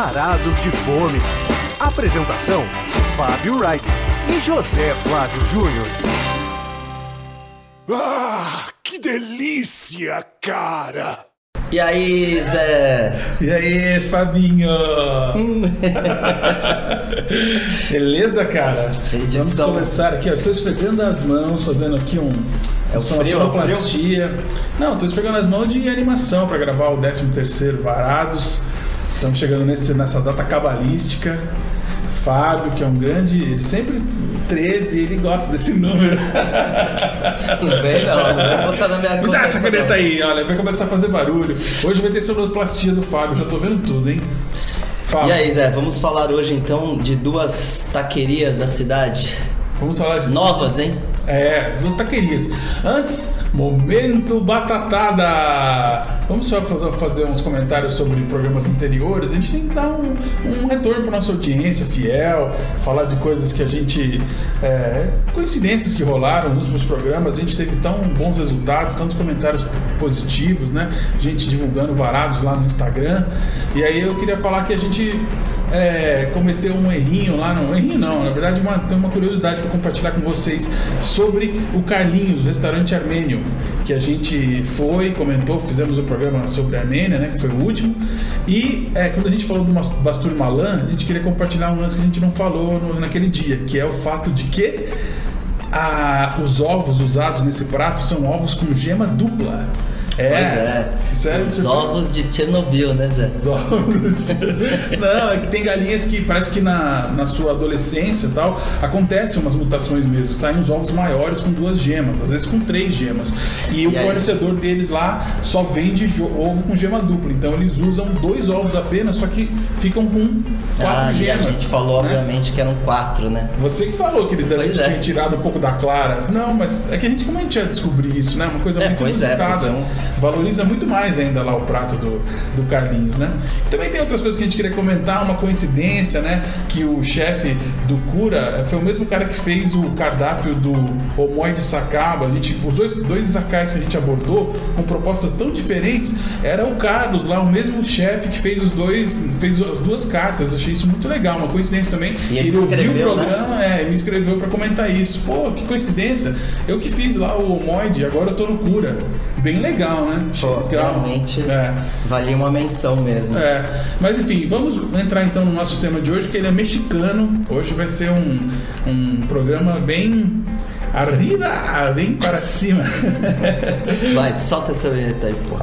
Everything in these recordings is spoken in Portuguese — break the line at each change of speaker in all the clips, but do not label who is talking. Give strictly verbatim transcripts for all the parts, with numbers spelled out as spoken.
Varados de Fome. Apresentação: Fábio Wright e José Flávio Júnior.
Ah, que delícia, cara!
E aí, Zé?
E aí, Fabinho? Beleza, cara?
Edição.
Vamos começar aqui, ó. Estou esfregando as mãos, fazendo aqui um...
É o
uma
frio,
sonoplastia. Não, estou esfregando as mãos de animação para gravar o décimo terceiro Varados. Estamos chegando nesse, nessa data cabalística. Fábio, que é um grande... Ele sempre... treze, ele gosta desse número.
Não vem não, não vou botar na minha conta.
Me dá essa caneta aí, olha, vai começar a fazer barulho. Hoje vai ter sonoplastia do Fábio, já tô vendo tudo, hein? Fala.
E aí, Zé, vamos falar hoje então de duas taquerias da cidade.
Vamos falar de...
Novas, hein?
É, duas taquerias. Antes, Momento Batatada. Vamos só fazer, fazer uns comentários sobre programas anteriores. A gente tem que dar um, um retorno para nossa audiência fiel, falar de coisas que a gente... É, coincidências que rolaram nos últimos programas. A gente teve tão bons resultados, tantos comentários positivos, né? Gente divulgando Varados lá no Instagram. E aí eu queria falar que a gente... É, cometeu um errinho lá, não, um errinho não, na verdade uma, tem uma curiosidade para compartilhar com vocês sobre o Carlinhos, o restaurante armênio, que a gente foi, comentou, fizemos o programa sobre a Armênia, né, que foi o último, e é, quando a gente falou do Bastur Malan, a gente queria compartilhar um lance que a gente não falou no, naquele dia, que é o fato de que a, os ovos usados nesse prato são ovos com gema dupla. É,
é.
Sério,
os ovos de Chernobyl, né, Zé?
Os ovos de... Não, é que tem galinhas que parece que na, na sua adolescência e tal, acontecem umas mutações mesmo. Saem uns ovos maiores com duas gemas, às vezes com três gemas. E, e o aí? fornecedor deles lá só vende ovo com gema dupla. Então eles usam dois ovos apenas, só que ficam com quatro
ah,
gemas.
E a gente falou, né? Obviamente, que eram quatro, né?
Você que falou que eles
pois
tinham
é.
tirado um pouco da clara. Não, mas é que a gente, como a gente ia descobrir isso, né? Uma coisa
é,
muito
pois
inusitada.
É,
valoriza muito mais ainda lá o prato do, do Carlinhos, né? E também tem outras coisas que a gente queria comentar, uma coincidência, né? Que o chefe do Cura foi o mesmo cara que fez o cardápio do Omoi de Sacaba. A gente, os dois, dois izakais que a gente abordou com propostas tão diferentes, era o Carlos lá, o mesmo chefe que fez os dois, fez as duas cartas. Eu achei isso muito legal, uma coincidência também.
E ele,
ele ouviu o programa,
né?
é, ele me escreveu pra comentar isso. Pô, que coincidência. Eu que fiz lá o Omoide, agora eu tô no Cura. Bem legal, né?
Pô, realmente é. Valia uma menção mesmo.
É. Mas enfim, vamos entrar então no nosso tema de hoje, que ele é mexicano. Hoje vai ser um, um programa bem arriba, bem para cima.
Vai, solta essa vinheta aí, pô.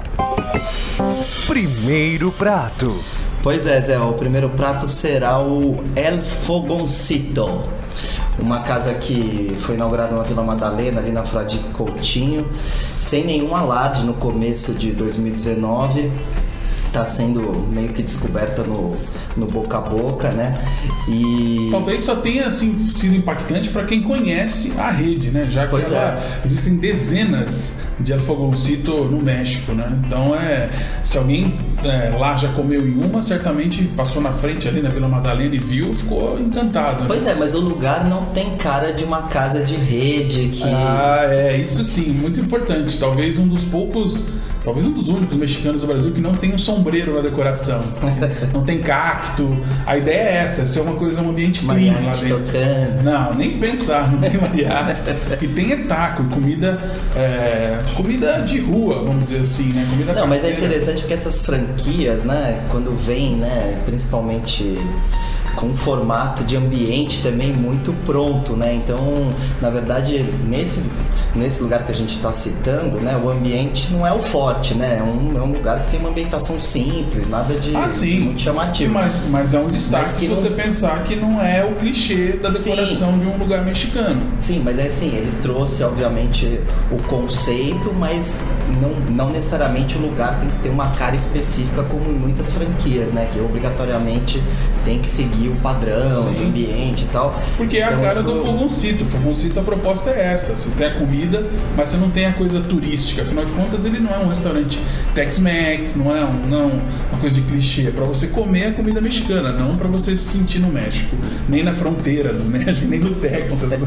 Primeiro prato.
Pois é, Zé, o primeiro prato será o El Fogoncito. Uma casa que foi inaugurada na Vila Madalena, ali na Fradique Coutinho, sem nenhum alarde no começo de dois mil e dezenove. Está sendo meio que descoberta no, no boca a boca, né? E...
talvez só tenha assim, sido impactante para quem conhece a rede, né? Já que
pois
ela,
é.
existem dezenas de El Fogoncito no México, né? Então, é, se alguém é, lá já comeu em uma, certamente passou na frente ali na Vila Madalena e viu, ficou encantado.
Pois
né?
é, mas o lugar não tem cara de uma casa de rede que...
Ah, é, isso sim, muito importante. Talvez um dos poucos... Talvez um dos únicos mexicanos do Brasil que não tem um sombreiro na decoração. Não tem cacto. A ideia é essa, ser uma coisa, um ambiente clean lá dentro.
Tocando.
Não, nem pensar, não tem mariachi. O que tem é taco, comida, é, comida de rua, vamos dizer assim, né? Comida
Não,
caseira.
mas é interessante porque essas franquias, né, quando vêm, né, principalmente com um formato de ambiente também muito pronto, né? Então, na verdade, nesse, nesse lugar que a gente está citando, né, o ambiente não é o forte, né? É um, é um lugar que tem uma ambientação simples, nada de,
ah,
de muito chamativo.
Mas, mas é um destaque se
não...
você pensar que não é o clichê da decoração sim. de um lugar mexicano.
Sim, mas é assim, ele trouxe, obviamente, o conceito, mas não, não necessariamente o lugar tem que ter uma cara específica como em muitas franquias, né? Que obrigatoriamente tem que seguir o padrão sim. de ambiente e tal.
Porque é então, a cara isso... do Fogoncito. O Fogoncito, a proposta é essa. Você tem a comida, mas você não tem a coisa turística. Afinal de contas, ele não é um restaurante Tex-Mex, não é, um, não uma coisa de clichê. É pra você comer a comida mexicana, não pra você se sentir no México. Nem na fronteira do México, nem no Texas. Né?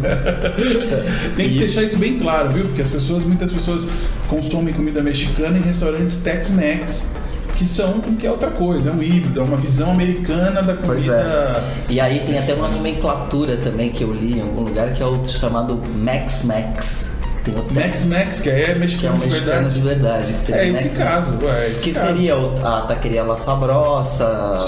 Tem que e... deixar isso bem claro, viu? Porque as pessoas, muitas pessoas consomem comida mexicana em restaurantes Tex-Mex. que são que é outra coisa, é um híbrido, é uma visão americana da comida.
Pois é. E aí tem até uma nomenclatura também que eu li em algum lugar, que é o chamado Max Max. Tem o
Max Max, que é mexicano,
que é um
de
mexicano
verdade.
de verdade. Que seria
É esse
Max
caso,
Max.
é esse
Que
caso.
seria o- a taqueria La Sabrosa.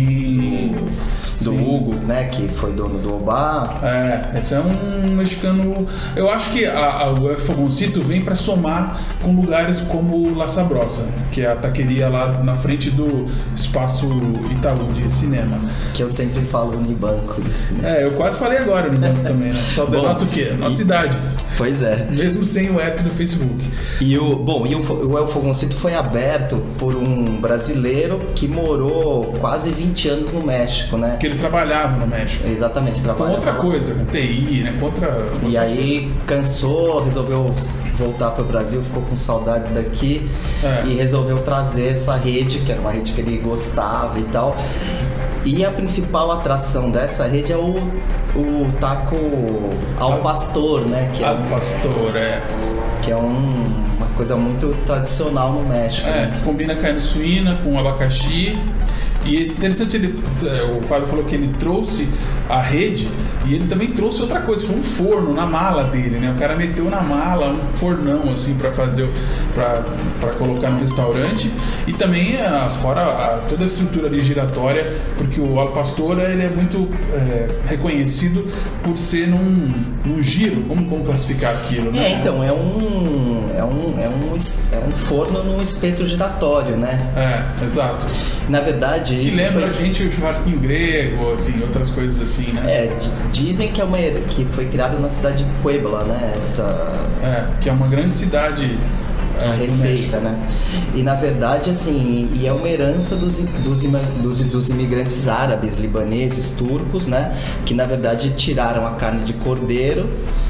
Sim.
Do
Sim.
Hugo, né? Que foi dono do Obá.
É, esse é um mexicano. Eu acho que a, a, o El Fogoncito vem para somar com lugares como La Sabrosa, que é a taqueria lá na frente do Espaço Itaú de cinema.
Que eu sempre falo Unibanco. Isso, né?
É, eu quase falei agora no banco também, né? Só denota o quê? Nossa
e-
idade.
Pois é.
Mesmo sem o app do Facebook.
E o, bom, e o, Fo- o El Fogoncito foi aberto por um brasileiro que morou quase vinte anos no México, né?
Porque ele trabalhava no México.
Exatamente,
Com
trabalhava
outra
lá.
coisa, com T I, né? Com outra. com
E
outras
aí cansou, resolveu voltar para o Brasil, ficou com saudades daqui
É.
e resolveu trazer essa rede, que era uma rede que ele gostava e tal. E a principal atração dessa rede é o, o taco ao pastor, né? Que é,
Al Pastor, é.
que é um- uma coisa muito tradicional no México.
É,
né?
que combina carne suína com abacaxi. E é interessante, ele, o Fábio falou que ele trouxe a rede e ele também trouxe outra coisa, foi um forno na mala dele, né? O cara meteu na mala um fornão assim para fazer, para colocar no restaurante e também a, fora a, toda a estrutura ali giratória, porque o Al Pastor ele é muito é, reconhecido por ser num, num giro, como, como classificar aquilo, né?
É, então, é um, é, um, é, um, es- é um forno num espeto giratório, né?
É, exato.
Na verdade,
Que
isso
lembra
foi...
a gente o churrasquinho grego, enfim, outras coisas assim, né?
É, di- dizem que, é uma, her- que foi criado na cidade de Puebla, né? Essa
É, que é uma grande cidade. é,
a
do
receita,
México.
né? E na verdade, assim, e é uma herança dos, dos, ima- dos, dos imigrantes árabes, libaneses, turcos, né? Que na verdade tiraram a carne de cordeiro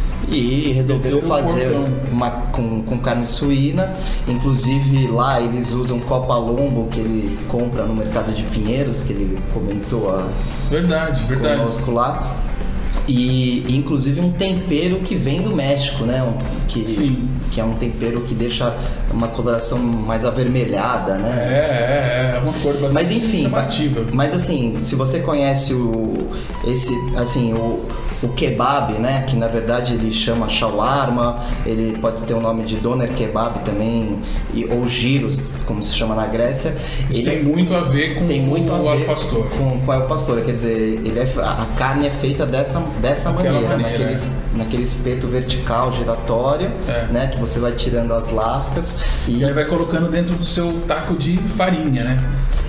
e resolveram
Meteram o
fazer
porcão.
uma com, com carne suína. Inclusive lá eles usam copa lombo que ele compra no mercado de Pinheiros, que ele comentou a,
Verdade, verdade.
conosco lá. E inclusive um tempero que vem do México, né? Um- que,
Sim.
que é um tempero que deixa uma coloração mais avermelhada,
É,
né?
é, é uma cor bastante
Mas enfim,
chamativa.
mas assim, se você conhece o esse assim, o, o kebab, né, que na verdade ele chama shawarma, ele pode ter o nome de doner kebab também, e, ou gyros, como se chama na Grécia.
Isso
ele
tem muito a ver com
tem muito
o
a ver
Al Pastor.
com com o Al Pastor, quer dizer, ele é, a a carne é feita dessa, dessa
Daquela
maneira,
maneira,
naquele,
é.
es- naquele espeto vertical giratório,
É.
né, que você vai tirando as lascas e,
E aí vai colocando dentro do seu taco de farinha, né?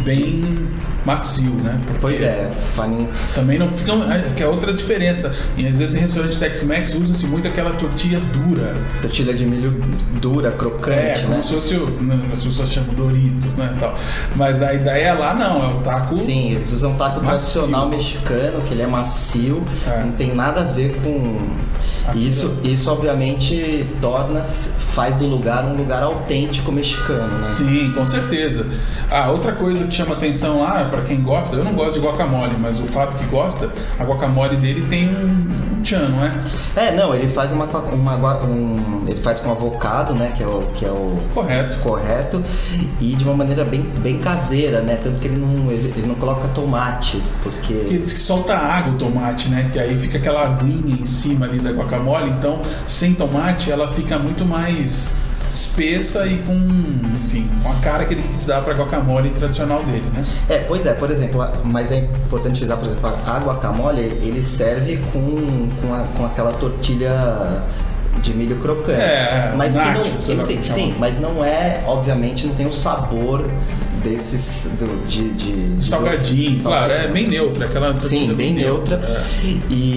Bem macio, né? Porque
pois é, farinha.
Também não fica. é, Que é outra diferença. E às vezes em restaurante Tex-Mex usa-se muito aquela tortilha dura.
Tortilha de milho dura,
É,
crocante,
como
né?
se fosse. o- né, as pessoas chamam Doritos, né? Tal. Mas a ideia lá não, é o taco.
Sim, eles usam taco
Macio.
tradicional mexicano, que ele é macio,
É.
não tem nada a ver com
Aquilo-
isso. Isso obviamente torna, faz do lugar um lugar autêntico mexicano, né?
Sim, com certeza. Ah, outra coisa que chama atenção lá, pra quem gosta, eu não gosto de guacamole, mas o Fábio que gosta, a guacamole dele tem um, um tchan, não é?
É, não, ele faz uma, uma gua- um, ele faz com avocado, né, que é o que é o
Correto.
correto, e de uma maneira bem, bem caseira, né? Tanto que ele não ele, ele não coloca tomate, porque
Porque diz que solta água o tomate, né? Que aí fica aquela aguinha em cima ali da guacamole, então sem tomate ela fica muito mais espessa e com, enfim, com a cara que ele quis dar pra guacamole tradicional dele, né?
É, pois é, por exemplo, a- mas é importante frisar, por exemplo, a guacamole, ele serve com, com, a- com aquela tortilha de milho crocante.
É,
mas que
nacho,
não,
sei lá
sim,
como
sim,
chama.
mas não é, obviamente, não tem o sabor desses do, de, de, de
Salgadinho, claro, é bem neutro, aquela tortilha
Sim, bem neutra.
É.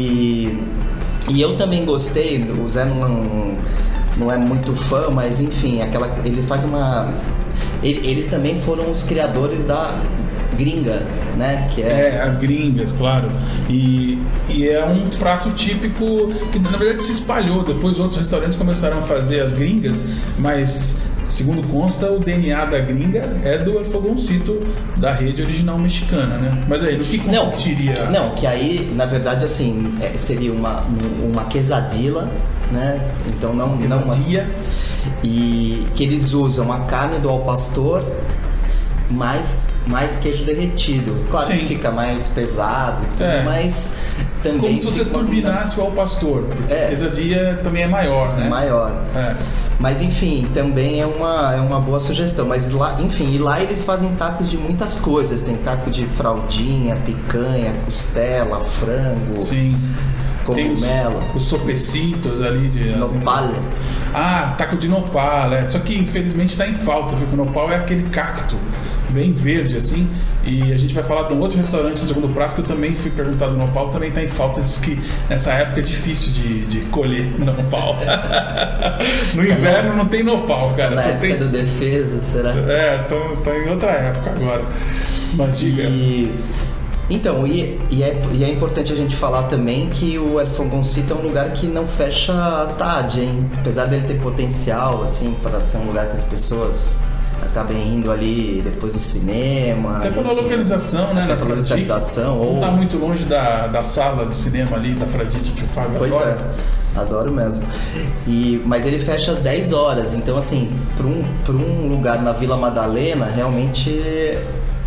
E, e eu também gostei, o Zé não, não é muito fã, mas enfim, aquela, ele faz uma. ele- eles também foram os criadores da gringa, né? Que é,
É, as gringas, claro. E, e é um prato típico que na verdade se espalhou. Depois outros restaurantes começaram a fazer as gringas, mas segundo consta, o D N A da gringa é do El Fogoncito, da rede original mexicana, né? Mas aí, no que
não,
consistiria?
não, que aí, na verdade, assim, é, seria uma, uma quesadilla, né? Então não, não uma,
Quesadilla.
e que eles usam a carne do al pastor mais, mais queijo derretido. Claro
Sim.
que fica mais pesado e tudo,
É.
mas também...
Como se você
fica uma
turbinasse o ao pastor, porque
É.
a quesadilha também é maior, né?
É maior.
É.
Mas enfim, também é uma, é uma boa sugestão. Mas lá, enfim, e lá eles fazem tacos de muitas coisas. Tem taco de fraldinha, picanha, costela, frango,
Sim. Tem os,
cogumelo,
os sopecitos ali de...
nopal.
Ah, taco de nopal, é. Só que infelizmente está em falta, porque o nopal é aquele cacto bem verde assim, e a gente vai falar de um outro restaurante no segundo prato que eu também fui perguntar do nopal, também está em falta, diz que nessa época é difícil de, de colher nopal. No inverno não tem nopal, cara.
Na
só
época
tem...
do defesa, será?
É, tô, tô em outra época agora. Mas diga.
E, então, e, e, é, e é importante a gente falar também que o El Fogoncito é um lugar que não fecha tarde, hein? Apesar dele ter potencial, assim, para ser um lugar que as pessoas acabem indo ali depois do cinema.
Até pela
enfim,
localização, né?
até
Na
pela
Fradique.
localização.
Não
Ou...
tá muito longe da, da sala de cinema ali, da Fradique, que o Fábio
Pois
adora.
é, adoro mesmo. E, mas ele fecha às dez horas, então assim, para um, pra um lugar na Vila Madalena, realmente é,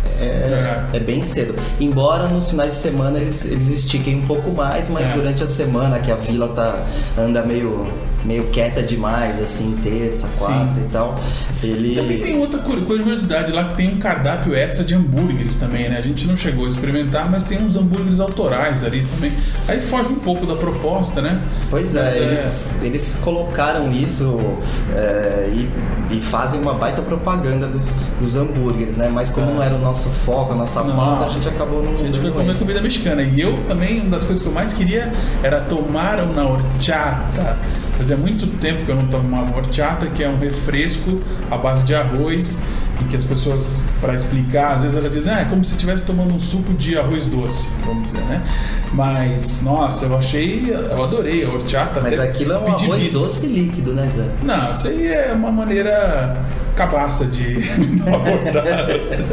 é. é bem cedo. Embora nos finais de semana eles, eles estiquem um pouco mais, mas
É.
durante a semana que a vila tá, anda meio, meio quieta demais, assim, terça, quarta
Sim.
e tal, ele...
Também tem outra curiosidade lá, que tem um cardápio extra de hambúrgueres também, né? A gente não chegou a experimentar, mas tem uns hambúrgueres autorais ali também. Aí foge um pouco da proposta, né?
Pois é,
Mas
eles, eles colocaram isso é, e, e fazem uma baita propaganda dos, dos hambúrgueres, né? Mas como
É.
não era o nosso foco, a nossa
Não.
pauta, a gente acabou não...
A gente foi
não
comer
indo.
comida mexicana. E eu também, uma das coisas que eu mais queria era tomar uma horchata. Fazia muito tempo que eu não tomava horchata, que é um refresco à base de arroz, em que as pessoas, para explicar, às vezes elas dizem, ah, é como se estivesse tomando um suco de arroz doce, vamos dizer, né? Mas, nossa, eu achei, eu adorei a horchata.
Mas
até
aquilo é um
pedi
arroz
bis.
doce líquido, né, Zé?
Não, isso aí é uma maneira cabaça de abordar.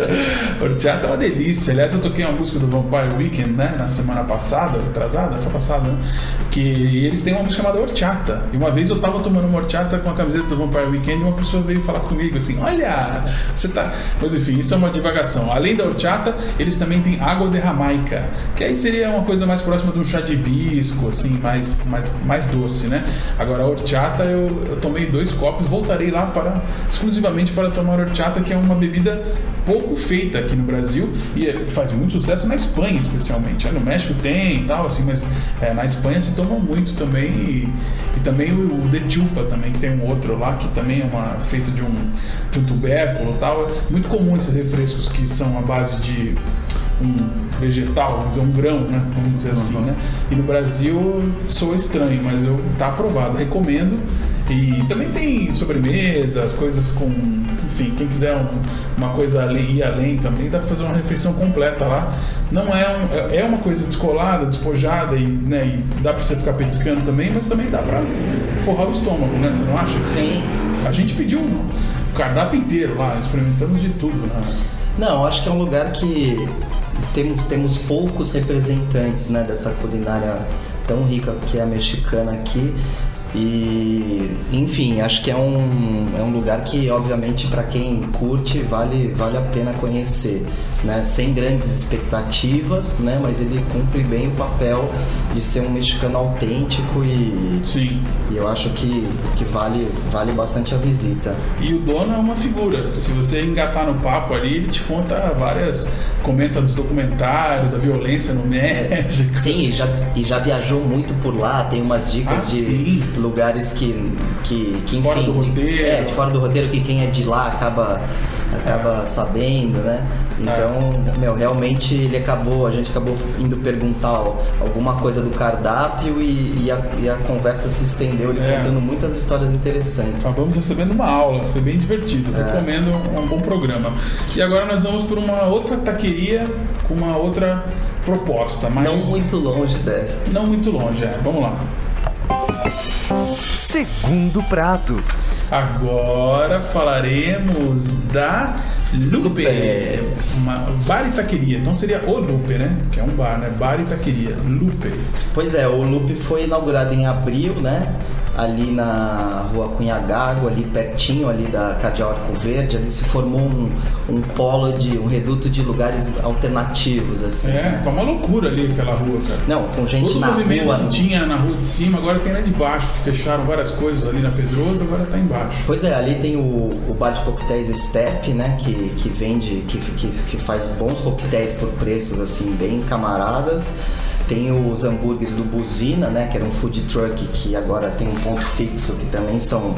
Horchata é uma delícia. Aliás, eu toquei uma música do Vampire Weekend, né? Na semana passada, atrasada, foi passada, né? Que eles têm uma música chamada Horchata. E uma vez eu tava tomando uma horchata com a camiseta do Vampire Weekend e uma pessoa veio falar comigo assim, olha, você tá... Mas enfim, isso é uma divagação. Além da horchata, eles também têm água de Jamaica, que aí seria uma coisa mais próxima de um chá de hibisco, assim, mais, mais, mais doce, né? Agora, a horchata, eu, eu tomei dois copos, voltarei lá para exclusivamente para tomar horchata, que é uma bebida pouco feita aqui no Brasil e faz muito sucesso na Espanha, especialmente. No México tem e tal, assim, mas é, na Espanha se toma muito também. E, e também o, o de chufa também, que tem um outro lá que também é uma, feito de um, de um tubérculo e tal. É muito comum esses refrescos que são à base de um vegetal, vamos dizer, um grão, né? Vamos dizer assim,
Uhum.
né? E no Brasil soa estranho, mas eu tá aprovado, recomendo. E também tem sobremesas, coisas com, enfim, quem quiser um, uma coisa ali, ir além também, dá pra fazer uma refeição completa lá. Não é um, é uma coisa descolada, despojada e, né, e dá pra você ficar petiscando também, mas também dá pra forrar o estômago, né? Você não acha?
Sim.
A gente pediu o cardápio inteiro lá, experimentamos de tudo, né?
Não, acho que é um lugar que temos, temos poucos representantes, né, dessa culinária tão rica que é a mexicana aqui. E, enfim, acho que é um, é um lugar que, obviamente, para quem curte, vale, vale a pena conhecer, né? Sem grandes expectativas, né? Mas ele cumpre bem o papel de ser um mexicano autêntico e,
Sim.
e eu acho que, que vale, vale bastante a visita.
E o dono é uma figura. Se você engatar no papo ali, ele te conta várias... Comenta dos documentários, da violência no México.
Sim, e já, e já viajou muito por lá, tem umas dicas
Ah,
de
sim.
lugares que, que, que enfim,
Fora do
de-
roteiro.
é, de fora do roteiro, que quem é de lá acaba, acaba sabendo, né? Então, meu, realmente ele acabou, a gente acabou indo perguntar alguma coisa do cardápio e, e, a, e a conversa se estendeu, ele
É.
contando muitas histórias interessantes.
Acabamos recebendo uma aula, foi bem divertido.
É.
Recomendo, um, um bom programa. E agora nós vamos por uma outra taqueria com uma outra proposta, mas
Não muito longe desta.
não muito longe. É. Vamos lá.
Segundo prato.
Agora falaremos da Lupe,
Lupe.
uma bar e taqueria. Então seria o Lupe, né? Que é um bar, né? Bar e taqueria. Lupe.
Pois é, o Lupe foi inaugurado em abril, né? ali na rua Cunhagago, ali pertinho ali da Cardeal Arco Verde, ali se formou um, um polo de um reduto de lugares alternativos, assim.
É, tá uma loucura ali aquela rua, cara.
Não, com gente
Todo
na
o movimento
rua.
que tinha na rua de cima, agora tem na de baixo, que fecharam várias coisas ali na Pedroso, agora tá embaixo.
Pois é, ali tem o, o bar de coquetéis Step, né, que, que vende, que, que, que faz bons coquetéis por preços, assim, bem camaradas. Tem os hambúrgueres do Buzina, né, que era um food truck que agora tem um ponto fixo, que também são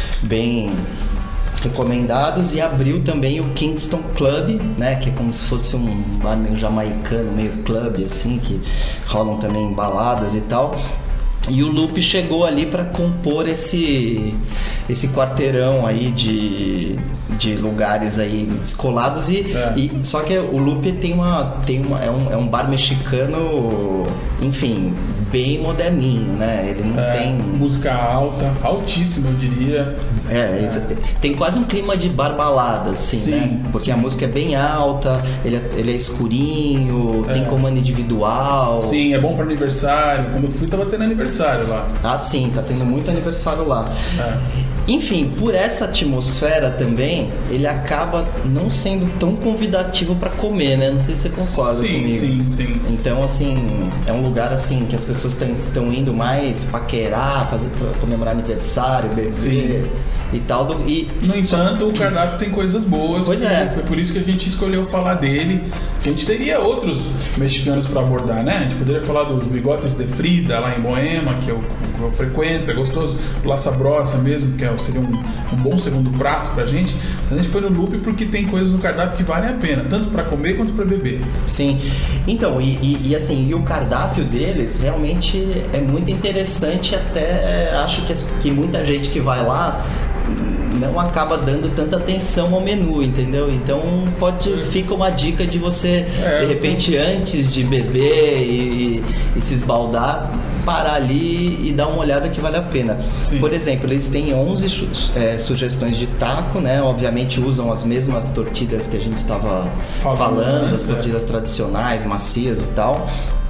bem recomendados. E abriu também o Kingston Club, né, que é como se fosse um bar meio jamaicano, meio club, assim, que rolam também baladas e tal. E o Loop chegou ali para compor esse, esse quarteirão aí de, de lugares aí descolados e,
é.
e só que o Loop tem uma, tem uma é, um, é um bar mexicano, enfim, bem moderninho, né? Ele não
é,
tem
música alta, altíssima, eu diria.
É, é, tem quase um clima de bar balada, assim,
sim,
né? Porque
sim.
a música é bem alta, ele é, ele é escurinho, é. tem comando individual.
Sim, é bom para aniversário. Quando eu fui, tava tendo aniversário lá.
Ah, sim, tá tendo muito aniversário lá.
É.
Enfim, por essa atmosfera também, ele acaba não sendo tão convidativo para comer, né? Não sei se você concorda
sim,
comigo.
Sim, sim,
Então, assim, é um lugar assim que as pessoas estão indo mais paquerar, fazer, pra comemorar aniversário, beber sim. e tal. Do, e...
No entanto, o cardápio tem coisas boas.
Pois é.
Foi por isso que a gente escolheu falar dele. A gente teria outros mexicanos para abordar, né? A gente poderia falar dos Bigotes de Frida, lá em Moema, que eu, eu frequento, é gostoso. La Sabrosa mesmo, que é, seria um, um bom segundo prato pra gente. A gente foi no Loop porque tem coisas no cardápio que valem a pena, tanto para comer quanto para beber.
Sim. Então, e, e, e assim, e o cardápio deles realmente é muito interessante. Até acho que, as, que muita gente que vai lá não acaba dando tanta atenção ao menu, entendeu? Então pode fica uma dica de você é, de repente eu... antes de beber e, e se esbaldar, parar ali e dar uma olhada que vale a pena. Sim. Por exemplo, eles têm onze é, sugestões de taco, né? Obviamente usam as mesmas tortilhas que a gente estava falando, falando as tortilhas é. tradicionais, macias e tal.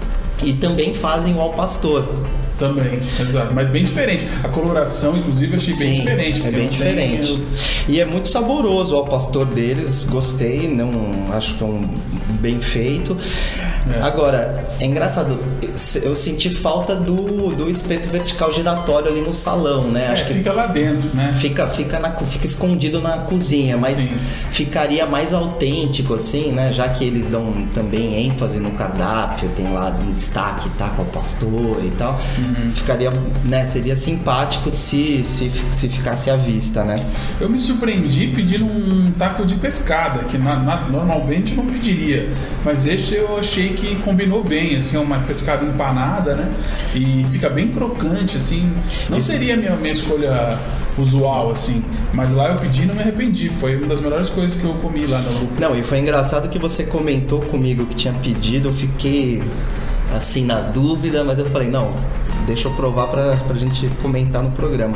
E também fazem o ao pastor.
Também, exato, mas bem diferente. A coloração, inclusive, eu achei
Sim,
bem diferente.
É bem diferente. Tem... E é muito saboroso ao pastor deles, gostei, não acho que é um bem feito. É. Agora, é engraçado, eu senti falta do, do espeto vertical giratório ali no salão, né?
É,
acho que
fica lá dentro, né?
Fica, fica, na, fica escondido na cozinha, mas Sim. ficaria mais autêntico, assim, né? Já que eles dão também ênfase no cardápio, tem lá em destaque taco ao pastor e tal. Uhum. Ficaria, né? Seria simpático se, se, se ficasse à vista, né?
Eu me surpreendi pedindo um taco de pescada, que na, na, normalmente eu não pediria, mas este eu achei que combinou bem, assim, uma pescada empanada, né? E fica bem crocante, assim. Não Esse... seria a minha, minha escolha usual, assim, mas lá eu pedi e não me arrependi. Foi uma das melhores coisas que eu comi lá no grupo.
Não, e foi engraçado que você comentou comigo que tinha pedido, eu fiquei assim na dúvida, mas eu falei, não, deixa eu provar pra, pra gente comentar no programa.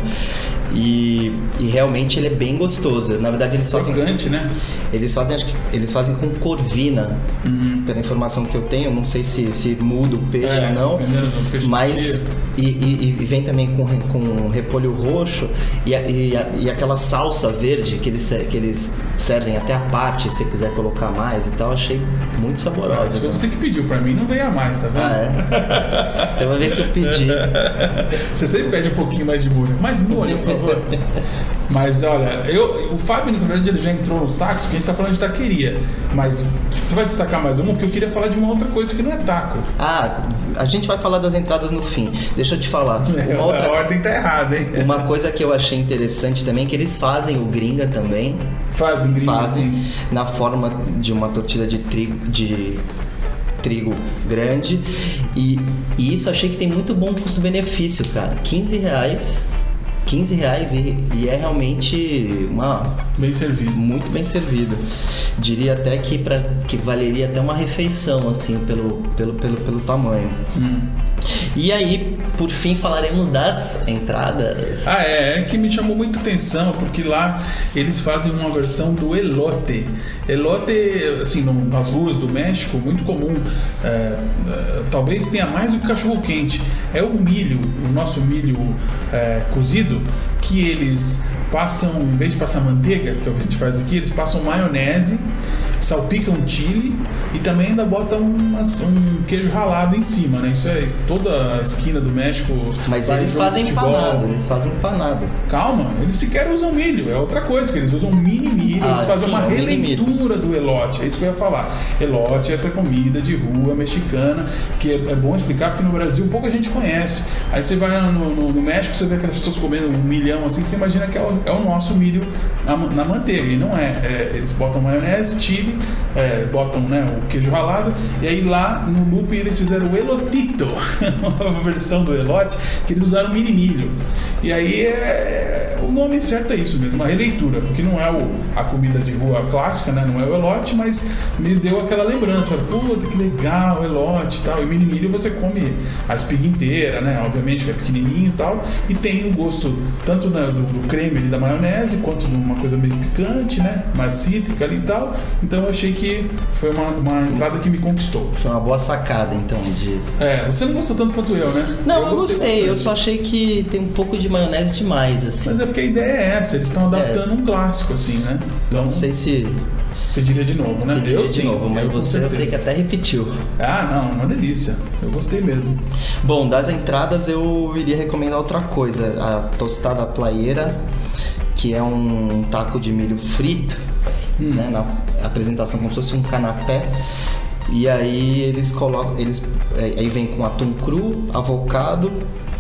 E, e realmente ele é bem gostoso. Na verdade eles fazem
Crocante, né?
Eles fazem, acho que eles fazem com corvina, uhum. pela informação que eu tenho. Não sei se, se muda o peixe é, ou não,
peixe
mas e, e, e vem também com, com repolho roxo e, e, e aquela salsa verde que eles, que eles servem até a parte, se você quiser colocar mais e tal. Achei muito saboroso.
Ah, isso foi você que pediu, pra mim não veio a mais, tá vendo?
Ah, é? Então vai ver que eu pedi.
Você sempre pede um pouquinho mais de molho. Mais molho, por favor. Mas olha, eu, o Fábio, na verdade, ele já entrou nos tacos, porque a gente tá falando de taqueria. Mas você vai destacar mais uma? Porque eu queria falar de uma outra coisa que não é taco.
Ah, a gente vai falar das entradas no fim. Deixa eu te falar. Uma outra,
a ordem tá errada, hein?
Uma coisa que eu achei interessante também é que eles fazem o gringa também.
Fazem gringa,
Fazem
sim.
Na forma de uma tortilha de trigo... De... trigo grande e, e isso achei que tem muito bom custo-benefício, cara. quinze reais quinze reais e, e é realmente uma
bem servido,
muito bem servido. Diria até que, pra, que valeria até uma refeição assim pelo, pelo, pelo, pelo tamanho. Hum. E aí, por fim, falaremos das entradas.
Ah, é, é que me chamou muita atenção, porque lá eles fazem uma versão do elote. Elote, assim, no, nas ruas do México, muito comum. É, é, talvez tenha mais do que cachorro-quente. é o milho, o nosso milho é, cozido, que eles passam, em vez de passar manteiga, que é o que a gente faz aqui, eles passam maionese, salpicam chili e também ainda botam umas, um queijo ralado em cima, né? Isso é toda a esquina do México.
Mas eles fazem
futebol.
empanado, eles fazem empanado.
Calma, eles sequer usam milho, é outra coisa, que eles usam mini milho,
ah,
eles fazem
sim,
uma
um
releitura do elote, é isso que eu ia falar. Elote é essa comida de rua mexicana, que é, é bom explicar porque no Brasil pouca gente conhece. Aí você vai no, no, no México, você vê aquelas pessoas comendo um milhão assim, você imagina que é o, é o nosso milho na, na manteiga, e não é. é eles botam maionese, chili, É, botam, né, o queijo ralado, e aí lá no loop eles fizeram o elotito, uma versão do elote, que eles usaram mini milho. E aí é, o nome certo é isso mesmo, uma releitura, porque não é o, a comida de rua clássica, né, não é o elote, mas me deu aquela lembrança, puta que legal, elote e tal. E mini milho você come a espiga inteira, né, obviamente que é pequenininho e tal, e tem o gosto tanto da, do, do creme ali da maionese, quanto de uma coisa meio picante, né, mais cítrica ali e tal. Então eu achei que foi uma, uma entrada que me conquistou.
Foi uma boa sacada, então, de...
É, você não gostou tanto quanto eu, né?
Não,
eu,
eu gostei,
gostei
eu só achei que tem um pouco de maionese demais, assim.
Mas é porque a ideia é essa, eles estão adaptando é. um clássico, assim, né? Então,
não sei se...
Pediria de novo, né?
Pediria
eu
de
sim,
novo, mas
eu
você eu sei que até repetiu.
Ah, não, uma delícia. Eu gostei mesmo.
Bom, das entradas eu iria recomendar outra coisa. A tostada playeira, que é um taco de milho frito, hum. né? Na apresentação como se fosse um canapé. E aí eles colocam... Eles, aí vem com atum cru, avocado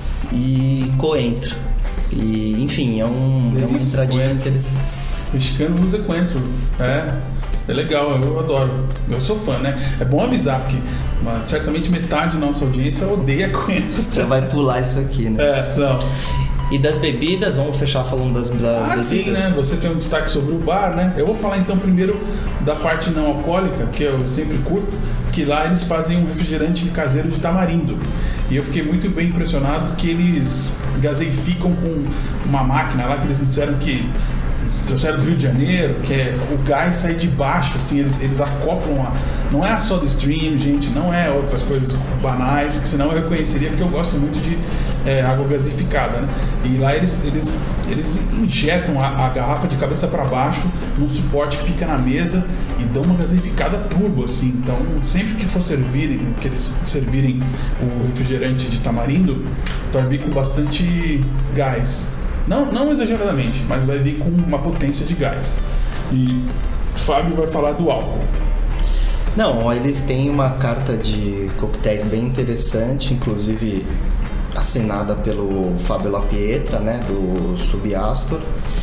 e coentro. E, enfim, é, um, é uma entradinha que eles...
O mexicano usa coentro. É, é legal, eu adoro. Eu sou fã, né? É bom avisar, porque mas, certamente metade da nossa audiência odeia coentro.
Já vai pular isso aqui, né?
É, não.
E das bebidas, vamos fechar falando das, das
ah,
bebidas?
Sim, né? Você tem um destaque sobre o bar, né? Eu vou falar então primeiro da parte não alcoólica, que eu sempre curto, que lá eles fazem um refrigerante caseiro de tamarindo. E eu fiquei muito bem impressionado que eles gaseificam com uma máquina lá, que eles me disseram que trouxeram do Rio de Janeiro, que é o gás sai de baixo, assim, eles, eles acoplam a, não é a Soda Stream, gente, não é outras coisas banais, que senão eu reconheceria, porque eu gosto muito de é, água gasificada, né? E lá eles, eles, eles injetam a, a garrafa de cabeça para baixo num suporte que fica na mesa e dão uma gasificada turbo, assim. Então, sempre que for servirem, que eles servirem o refrigerante de tamarindo, vai vir com bastante gás. Não, não exageradamente, mas vai vir com uma potência de gás. E Fábio vai falar do álcool.
Não, eles têm uma carta de coquetéis bem interessante, inclusive assinada pelo Fábio La Pietra, né, do Subastor.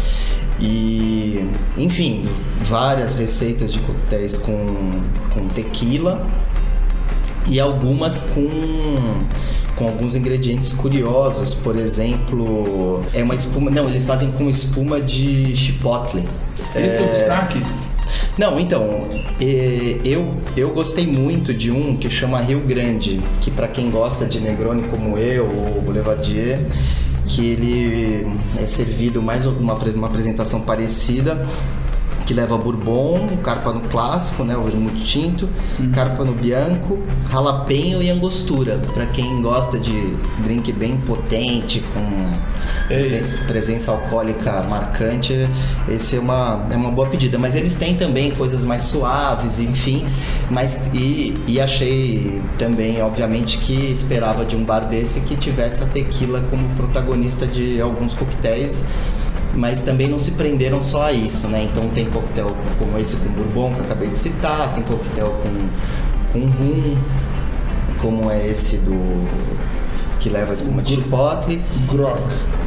E, enfim, várias receitas de coquetéis com, com tequila e algumas com... com alguns ingredientes curiosos, por exemplo, é uma espuma, não, eles fazem com espuma de chipotle.
Esse é, é o destaque?
Não, então, eu, eu gostei muito de um que chama Rio Grande, que para quem gosta de Negroni como eu, ou Boulevardier, que ele é servido mais uma, uma apresentação parecida, que leva bourbon, Carpano clássico, né, o vermute tinto, uhum. Carpano bianco, jalapeno e angostura. Para quem gosta de drink bem potente, com é presença, presença alcoólica marcante, esse é uma, é uma boa pedida. Mas eles têm também coisas mais suaves, enfim. Mas, e, e achei também, obviamente, que esperava de um bar desse que tivesse a tequila como protagonista de alguns coquetéis. Mas também não se prenderam só a isso, né? Então tem coquetel como esse com bourbon que eu acabei de citar, tem coquetel com, com rum, como é esse do que leva a espuma de chipotle.
Grog.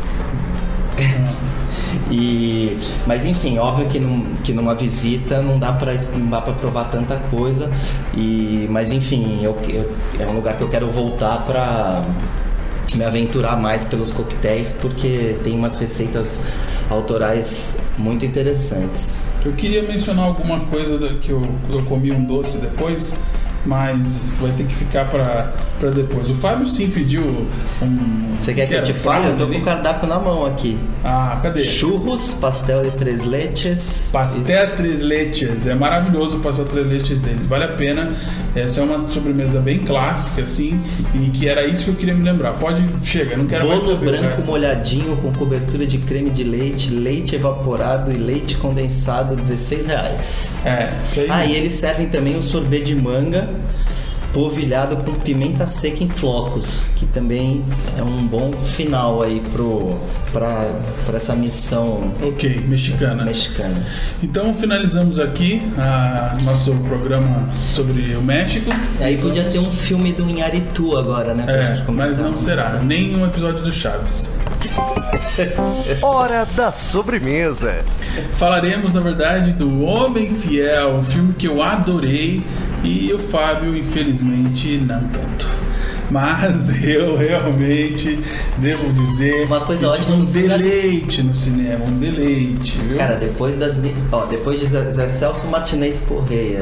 E, mas enfim, óbvio que, num, que numa visita não dá pra, não dá pra provar tanta coisa. E, mas enfim, eu, eu, é um lugar que eu quero voltar pra me aventurar mais pelos coquetéis, porque tem umas receitas autorais muito interessantes.
Eu queria mencionar alguma coisa que eu, eu comi um doce depois, mas vai ter que ficar pra, pra depois. O Fábio sim pediu um...
Você quer que eu te fale? Eu tô com o cardápio na mão aqui.
Ah, cadê?
Churros, pastel de três leches.
Pastel de três leches. É maravilhoso o pastel de três leches dele. Vale a pena. Essa é uma sobremesa bem clássica, assim, e que era isso que eu queria me lembrar. Pode, chega, não quero mais
Bolo
saber o
branco
resto.
molhadinho com cobertura de creme de leite, leite evaporado e leite condensado, dezesseis reais.
É, isso aí.
Ah, e eles servem também o sorbet de manga polvilhado com pimenta seca em flocos, que também é um bom final aí pro, pra, pra essa missão
Ok, mexicana.
mexicana.
Então finalizamos aqui a nosso programa sobre o México.
Aí
E
podia
vamos-
ter um filme do Inharitu agora, né? pra
É,
gente comentar.
mas não será. Nem um episódio do Chaves.
Hora da sobremesa.
Falaremos, na verdade, do Homem Fiel, um filme que eu adorei e o Fábio, infelizmente, não tanto. Mas eu realmente devo dizer
Uma coisa
que
ótima
tive um
do filme é-
deleite no cinema, um deleite, viu?
Cara, depois das mi- ó, depois de Zé Zé Celso Martinez Correia,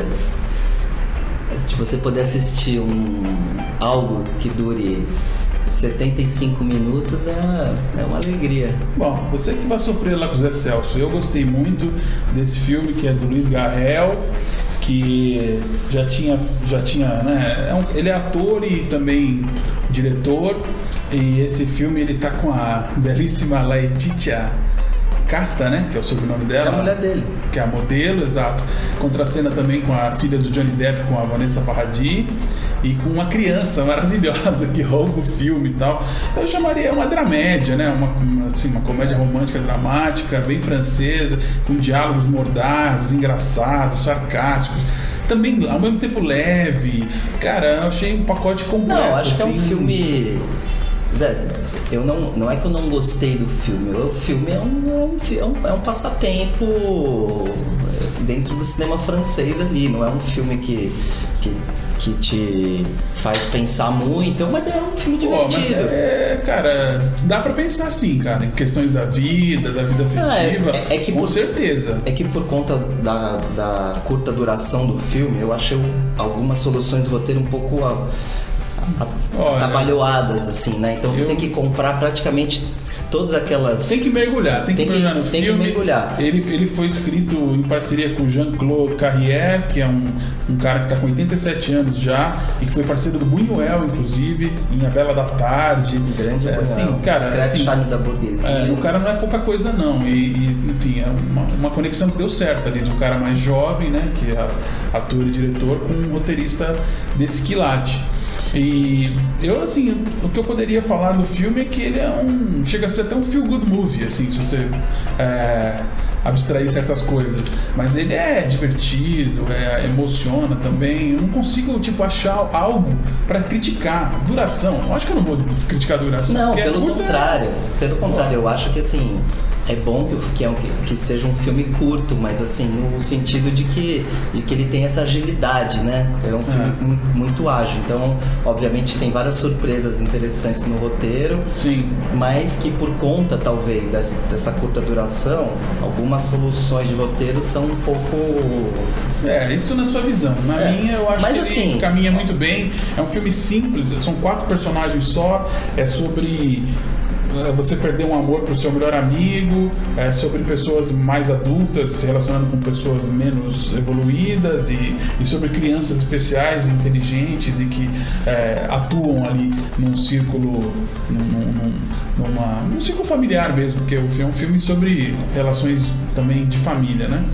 se você puder assistir um algo que dure setenta e cinco minutos, é uma, é uma alegria.
Bom, você que vai sofrer lá com o Zé Celso, eu gostei muito desse filme que é do Luiz Garrel, que já tinha, já tinha, né? É um, ele é ator e também diretor, e esse filme ele tá com a belíssima Laetitia Casta, né? Que é o sobrenome dela.
É a mulher dele.
Que é a modelo, exato. Contracena também com a filha do Johnny Depp, com a Vanessa Paradis, e com uma criança maravilhosa que rouba o filme e tal. Eu chamaria uma dramédia, né? Uma, uma, assim, uma comédia romântica dramática, bem francesa, com diálogos mordazes, engraçados, sarcásticos. Também, ao mesmo tempo, leve. Cara, eu achei um pacote completo.
Não, acho que é um
assim.
filme. Zé, eu não, não é que eu não gostei do filme. O filme é um, é um, fi- é um, é um passatempo dentro do cinema francês ali. Não é um filme que, que, que te faz pensar muito, mas é um filme
Pô, mas
divertido.
é, cara, dá pra pensar assim, cara, em questões da vida, da vida afetiva,
Ah, é- é que
com
por-
certeza.
É que por conta da, da curta duração do filme, eu achei algumas soluções do roteiro um pouco a- a-
Olha,
atabalhoadas, assim, né? Então você
eu-
tem que comprar praticamente todas aquelas...
Tem que mergulhar, tem que
Tem que-
mergulhar no
tem que
filme.
mergulhar.
Ele, ele foi escrito em parceria com Jean-Claude Carrière, que é um, um cara que está com oitenta e sete anos já, e que foi parceiro do Buñuel, inclusive, em A Bela da Tarde.
Grande
é,
Buñuel,
assim, cara,
discreto
assim,
charme da burguesia.
É, o cara não é pouca coisa não, e, e, enfim, é uma, uma conexão que deu certo ali, de um cara mais jovem, né, que é ator e diretor, com um roteirista desse quilate. E eu, assim, o que eu poderia falar do filme é que ele é um... chega a ser até um feel-good movie, assim, se você é, abstrair certas coisas. Mas ele é divertido, é, emociona também. Eu não consigo, tipo, achar algo pra criticar. Duração, eu acho que eu não vou criticar a duração.
Não,
porque é
pelo
curta,
contrário. Pelo contrário, eu acho que assim. É bom que, o- que, é um- que, que seja um filme curto, mas assim, no sentido de que, de que ele tem essa agilidade, né? É um filme
É.
mu- muito ágil. Então, obviamente, tem várias surpresas interessantes no roteiro,
Sim.
mas que por conta, talvez, dessa, dessa curta duração, algumas soluções de roteiro são um pouco.
É, isso na sua visão. Na
É,
minha, eu acho
mas
que
assim-
ele caminha muito bem. É um filme simples, são quatro personagens só. É sobre é, você perder um amor pro seu melhor amigo, é sobre pessoas mais adultas se relacionando com pessoas menos evoluídas e, e sobre crianças especiais, inteligentes e que é, atuam ali num círculo, num, num, numa, num círculo familiar mesmo, porque o filme é um filme sobre relações também de família, né?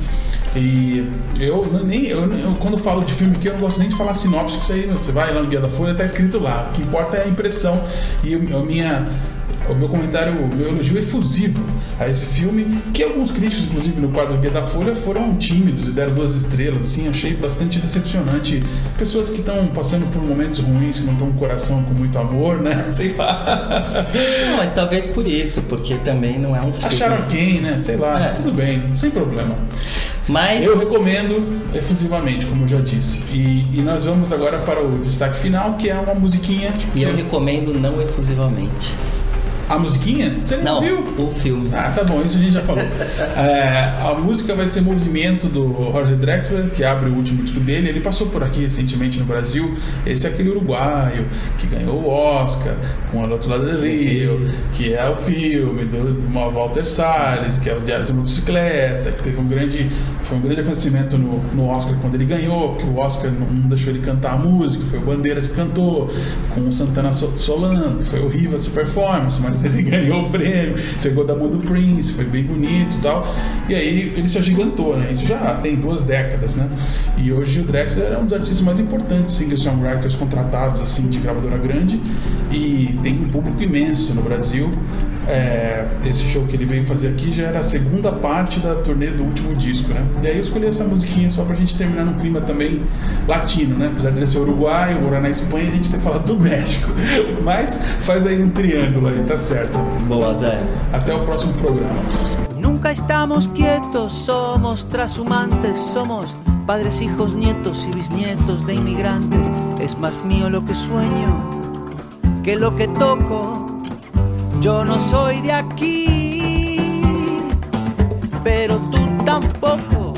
E eu nem eu, eu quando falo de filme aqui eu não gosto nem de falar sinopse, que isso aí você vai lá no Guia da Folha, tá escrito lá. O que importa é a impressão e o, a minha o meu comentário, o meu elogio é efusivo a esse filme, que alguns críticos, inclusive no quadro Guia da Folha, foram tímidos e deram duas estrelas, assim, achei bastante decepcionante. Pessoas que estão passando por momentos ruins, que não estão com o coração com muito amor, né? Sei lá.
Não, mas talvez por isso, porque também não é um filme.
Acharam quem, né? Sei lá,
É.
tudo bem, sem problema.
Mas.
Eu recomendo efusivamente, como eu já disse. E, e nós vamos agora para o destaque final, que é uma musiquinha.
E eu recomendo não efusivamente.
A musiquinha? Você não,
Não,
viu?
o filme.
Ah, tá bom, isso a gente já falou. É, a música vai ser Movimento do Jorge Drexler, que abre o último disco dele. Ele passou por aqui recentemente no Brasil. Esse é aquele uruguaio que ganhou o Oscar com O Outro Lado do Rio, que é o filme do Walter Salles, que é o Diário de Motocicleta, que teve um grande, foi um grande acontecimento no, no Oscar quando ele ganhou, porque o Oscar não, não deixou ele cantar a música, foi o Bandeiras que cantou, com o Santana solando, foi horrível essa performance, mas ele ganhou o prêmio, pegou da mão do Prince, foi bem bonito e tal, e aí ele se agigantou, né? Isso já tem duas décadas, né? E hoje o Drexler é um dos artistas mais importantes, singer-songwriters contratados, assim, de gravadora grande, e tem um público imenso no Brasil. É, esse show que ele veio fazer aqui já era a segunda parte da turnê do último disco, né? E aí eu escolhi essa musiquinha só pra gente terminar num clima também latino, né? Apesar de ele ser uruguaio, morar na Espanha, a gente tem falado do México. Mas faz aí um triângulo aí, tá certo?
Boa, Zé.
Até o próximo programa.
Nunca estamos quietos, somos trashumantes, somos padres, hijos, nietos y bisnietos de inmigrantes. Es más mío lo que sueño que lo que toco. Yo no soy de aquí, pero tú tampoco.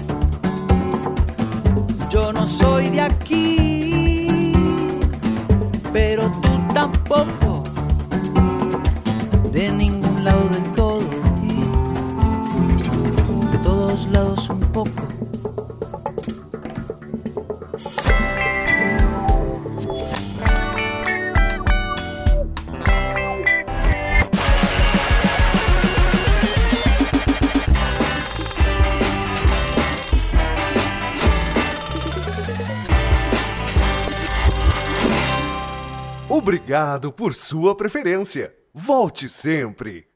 Yo no soy de aquí, pero tú tampoco. De ningún lado del todo y de todos lados un poco.
Obrigado por sua preferência. Volte sempre!